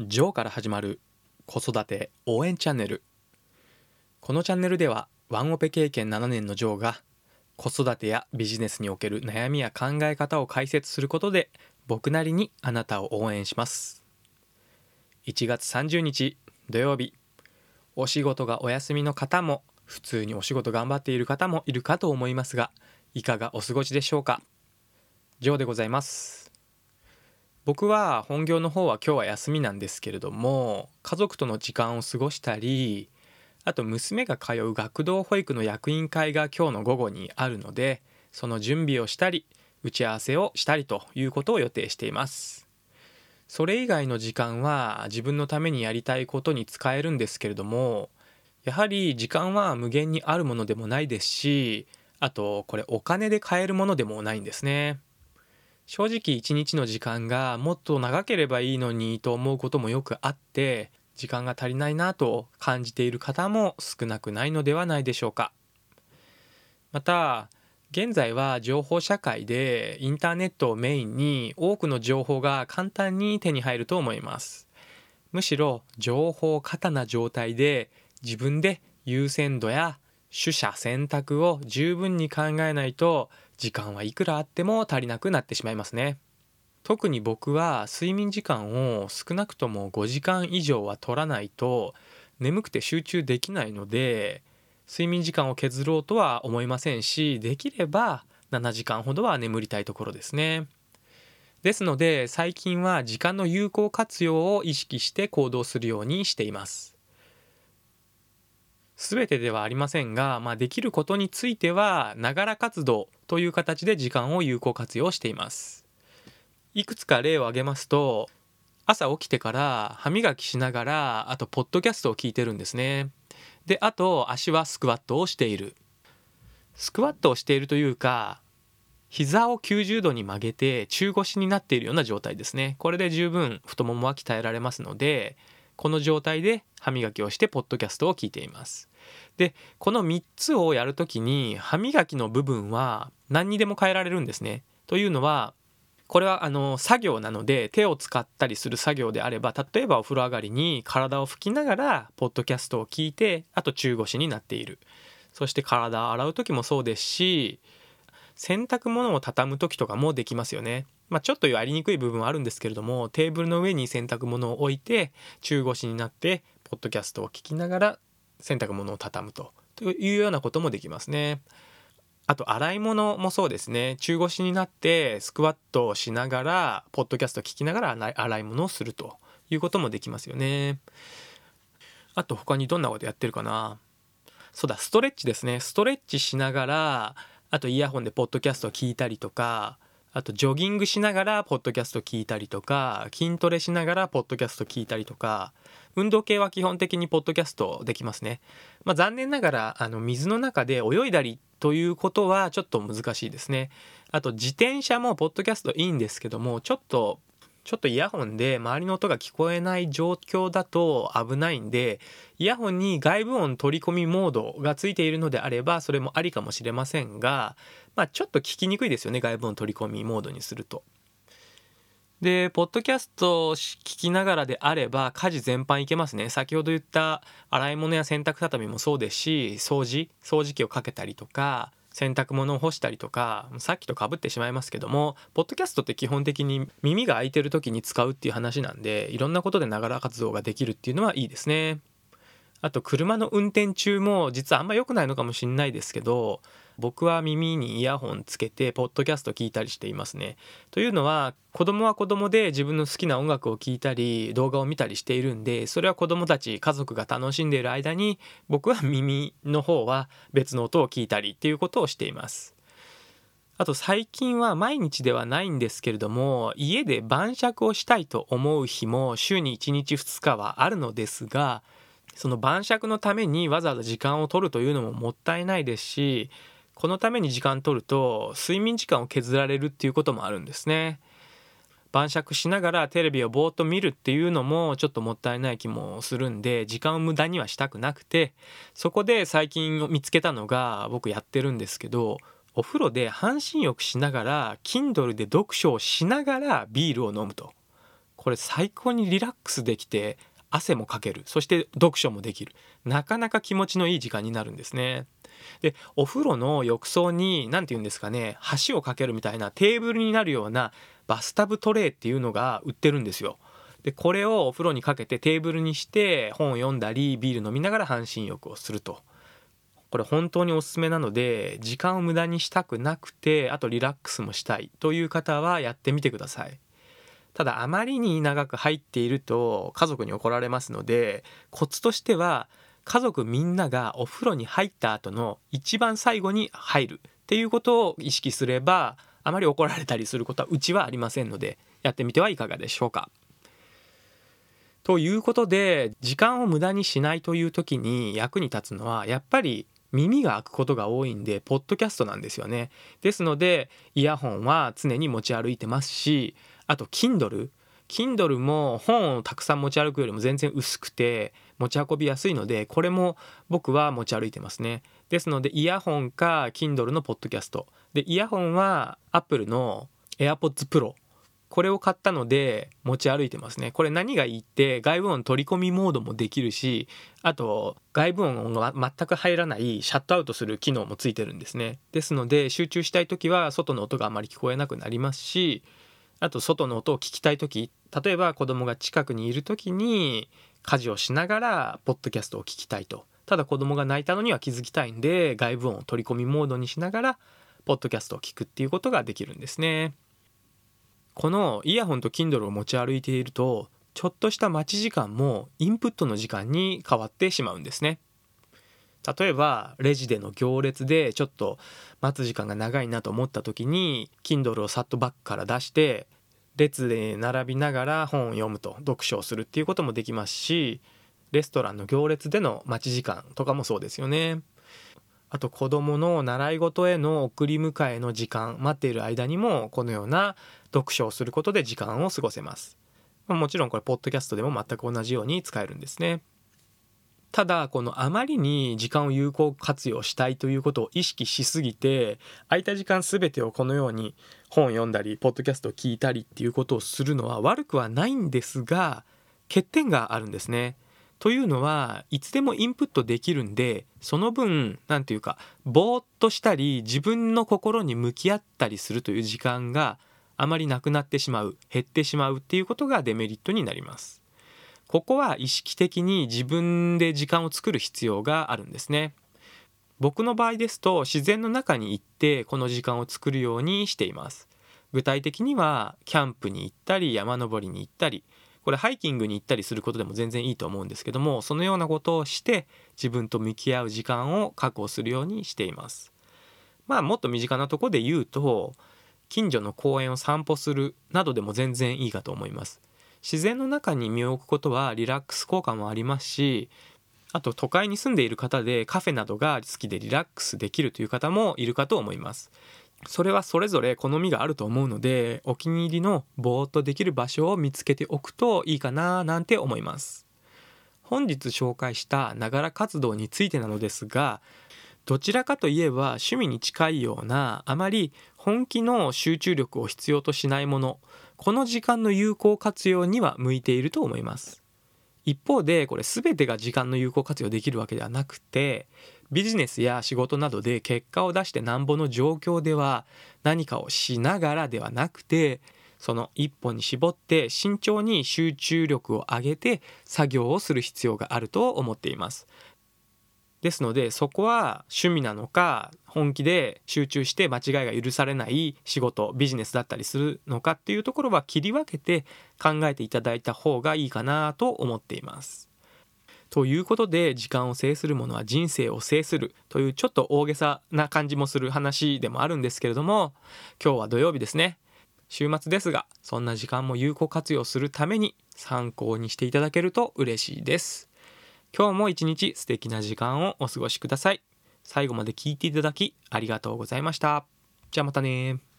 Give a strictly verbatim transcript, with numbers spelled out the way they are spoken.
ジョーから始まる子育て応援チャンネル。このチャンネルではワンオペ経験ななねんのジョーが子育てやビジネスにおける悩みや考え方を解説することで僕なりにあなたを応援します。いちがつさんじゅうにち土曜日、お仕事がお休みの方も普通にお仕事頑張っている方もいるかと思いますが、いかがお過ごしでしょうか。ジョーでございます。僕は本業の方は今日は休みなんですけれども、家族との時間を過ごしたり、あと娘が通う学童保育の役員会が今日の午後にあるので、その準備をしたり打ち合わせをしたりということを予定しています。それ以外の時間は自分のためにやりたいことに使えるんですけれども、やはり時間は無限にあるものでもないですし、あとこれお金で買えるものでもないんですね。正直一日の時間がもっと長ければいいのにと思うこともよくあって、時間が足りないなと感じている方も少なくないのではないでしょうか。また現在は情報社会でインターネットをメインに多くの情報が簡単に手に入ると思います。むしろ情報過多な状態で自分で優先度や取捨選択を十分に考えないと、時間はいくらあっても足りなくなってしまいますね。特に僕は睡眠時間を少なくともごじかん以上は取らないと眠くて集中できないので、睡眠時間を削ろうとは思いませんし、できればななじかんほどは眠りたいところですね。ですので最近は時間の有効活用を意識して行動するようにしています。すべてではありませんが、まあ、できることについてはながら活動という形で時間を有効活用しています。いくつか例を挙げますと、朝起きてから歯磨きしながらあとポッドキャストを聞いてるんですね。で、あと足はスクワットをしている。スクワットをしているというか、膝をきゅうじゅうどに曲げて中腰になっているような状態ですね。これで十分太ももは鍛えられますので、この状態で歯磨きをしてポッドキャストを聞いています。で、このみっつをやるときに歯磨きの部分は何にでも変えられるんですね。というのは、これはあの作業なので手を使ったりする作業であれば、例えばお風呂上がりに体を拭きながらポッドキャストを聞いて、あと中腰になっている。そして体を洗う時もそうですし、洗濯物を畳む時とかもできますよね。まあ、ちょっとやりにくい部分はあるんですけれども、テーブルの上に洗濯物を置いて中腰になってポッドキャストを聞きながら洗濯物を畳むというようなこともできますね。あと洗い物もそうですね。中腰になってスクワットをしながらポッドキャストを聞きながら洗い物をするということもできますよね。あと他にどんなことやってるかな。そうだ、ストレッチですね。ストレッチしながら、あとイヤホンでポッドキャストを聞いたりとか、あとジョギングしながらポッドキャスト聞いたりとか、筋トレしながらポッドキャスト聞いたりとか、運動系は基本的にポッドキャストできますね。まあ、残念ながらあの水の中で泳いだりということはちょっと難しいですね。あと自転車もポッドキャストいいんですけども、ちょっとちょっとイヤホンで周りの音が聞こえない状況だと危ないんで、イヤホンに外部音取り込みモードがついているのであればそれもありかもしれませんが、まあちょっと聞きにくいですよね、外部音取り込みモードにすると。で、ポッドキャストを聞きながらであれば家事全般いけますね。先ほど言った洗い物や洗濯畳もそうですし、掃除掃除機をかけたりとか洗濯物を干したりとか、さっきと被ってしまいますけども、ポッドキャストって基本的に耳が開いてる時に使うっていう話なんで、いろんなことでながら活動ができるっていうのはいいですね。あと車の運転中も実はあんま良くないのかもしれないですけど、僕は耳にイヤホンつけてポッドキャスト聞いたりしていますね。というのは、子供は子供で自分の好きな音楽を聞いたり動画を見たりしているんで、それは子供たち家族が楽しんでいる間に、僕は耳の方は別の音を聞いたりっていうことをしています。あと最近は毎日ではないんですけれども、家で晩酌をしたいと思う日も週にいちにちふつかはあるのですが、その晩酌のためにわざわざ時間を取るというのももったいないですし、このために時間取ると睡眠時間を削られるっていうこともあるんですね。晩酌しながらテレビをぼーっと見るっていうのもちょっともったいない気もするんで、時間を無駄にはしたくなくて、そこで最近見つけたのが、僕やってるんですけど、お風呂で半身浴しながら Kindle で読書をしながらビールを飲むと。 これ最高にリラックスできて汗もかける、そして読書もできる、なかなか気持ちのいい時間になるんですね。でお風呂の浴槽に何て言うんですかね、橋をかけるみたいなテーブルになるようなバスタブトレイっていうのが売ってるんですよ。でこれをお風呂にかけてテーブルにして本を読んだりビール飲みながら半身浴をすると、これ本当におすすめなので、時間を無駄にしたくなくてあとリラックスもしたいという方はやってみてください。ただあまりに長く入っていると家族に怒られますので、コツとしては家族みんながお風呂に入った後の一番最後に入るっていうことを意識すれば、あまり怒られたりすることはうちはありませんので、やってみてはいかがでしょうか。ということで、時間を無駄にしないという時に役に立つのはやっぱり耳が開くことが多いんで、ポッドキャストなんですよね。ですのでイヤホンは常に持ち歩いてますし、あと Kindle Kindle も本をたくさん持ち歩くよりも全然薄くて持ち運びやすいので、これも僕は持ち歩いてますね。ですのでイヤホンか Kindle のポッドキャストで、イヤホンは Apple の AirPods Pro、これを買ったので持ち歩いてますね。これ何がいいって外部音取り込みモードもできるし、あと外部音が全く入らないシャットアウトする機能もついてるんですね。ですので集中したい時は外の音があまり聞こえなくなりますし、あと外の音を聞きたい時、例えば子供が近くにいる時に家事をしながらポッドキャストを聞きたいと、ただ子供が泣いたのには気づきたいんで外部音を取り込みモードにしながらポッドキャストを聞くっていうことができるんですね。このイヤホンと Kindle を持ち歩いていると、ちょっとした待ち時間もインプットの時間に変わってしまうんですね。例えばレジでの行列でちょっと待つ時間が長いなと思った時に Kindle をさっとバッグから出して列で並びながら本を読むと、読書をするっていうこともできますし、レストランの行列での待ち時間とかもそうですよね。あと子どもの習い事への送り迎えの時間、待っている間にもこのような読書をすることで時間を過ごせます。もちろんこれポッドキャストでも全く同じように使えるんですね。ただこのあまりに時間を有効活用したいということを意識しすぎて、空いた時間すべてをこのように本を読んだりポッドキャストを聞いたりっていうことをするのは悪くはないんですが、欠点があるんですね。というのはいつでもインプットできるんで、その分なんていうかぼーっとしたり自分の心に向き合ったりするという時間があまりなくなってしまう、減ってしまうっていうことがデメリットになります。ここは意識的に自分で時間を作る必要があるんですね。僕の場合ですと自然の中に行ってこの時間を作るようにしています。具体的にはキャンプに行ったり山登りに行ったり、これハイキングに行ったりすることでも全然いいと思うんですけども、そのようなことをして自分と向き合う時間を確保するようにしています。まあもっと身近なところで言うと、近所の公園を散歩するなどでも全然いいかと思います。自然の中に身を置くことはリラックス効果もありますし、あと都会に住んでいる方でカフェなどが好きでリラックスできるという方もいるかと思います。それはそれぞれ好みがあると思うので、お気に入りのぼーっとできる場所を見つけておくといいかななんて思います。本日紹介したながら活動についてなのですが、どちらかといえば趣味に近いような、あまり本気の集中力を必要としないもの、この時間の有効活用には向いていると思います。一方でこれ全てが時間の有効活用できるわけではなくて、ビジネスや仕事などで結果を出してなんぼの状況では何かをしながらではなくて、その一本に絞って慎重に集中力を上げて作業をする必要があると思っています。ですのでそこは趣味なのか本気で集中して間違いが許されない仕事ビジネスだったりするのかっていうところは切り分けて考えていただいた方がいいかなと思っています。ということで、時間を制する者は人生を制するというちょっと大げさな感じもする話でもあるんですけれども、今日は土曜日ですね。週末ですが、そんな時間も有効活用するために参考にしていただけると嬉しいです。今日も一日素敵な時間をお過ごしください。最後まで聞いていただきありがとうございました。じゃあまたね。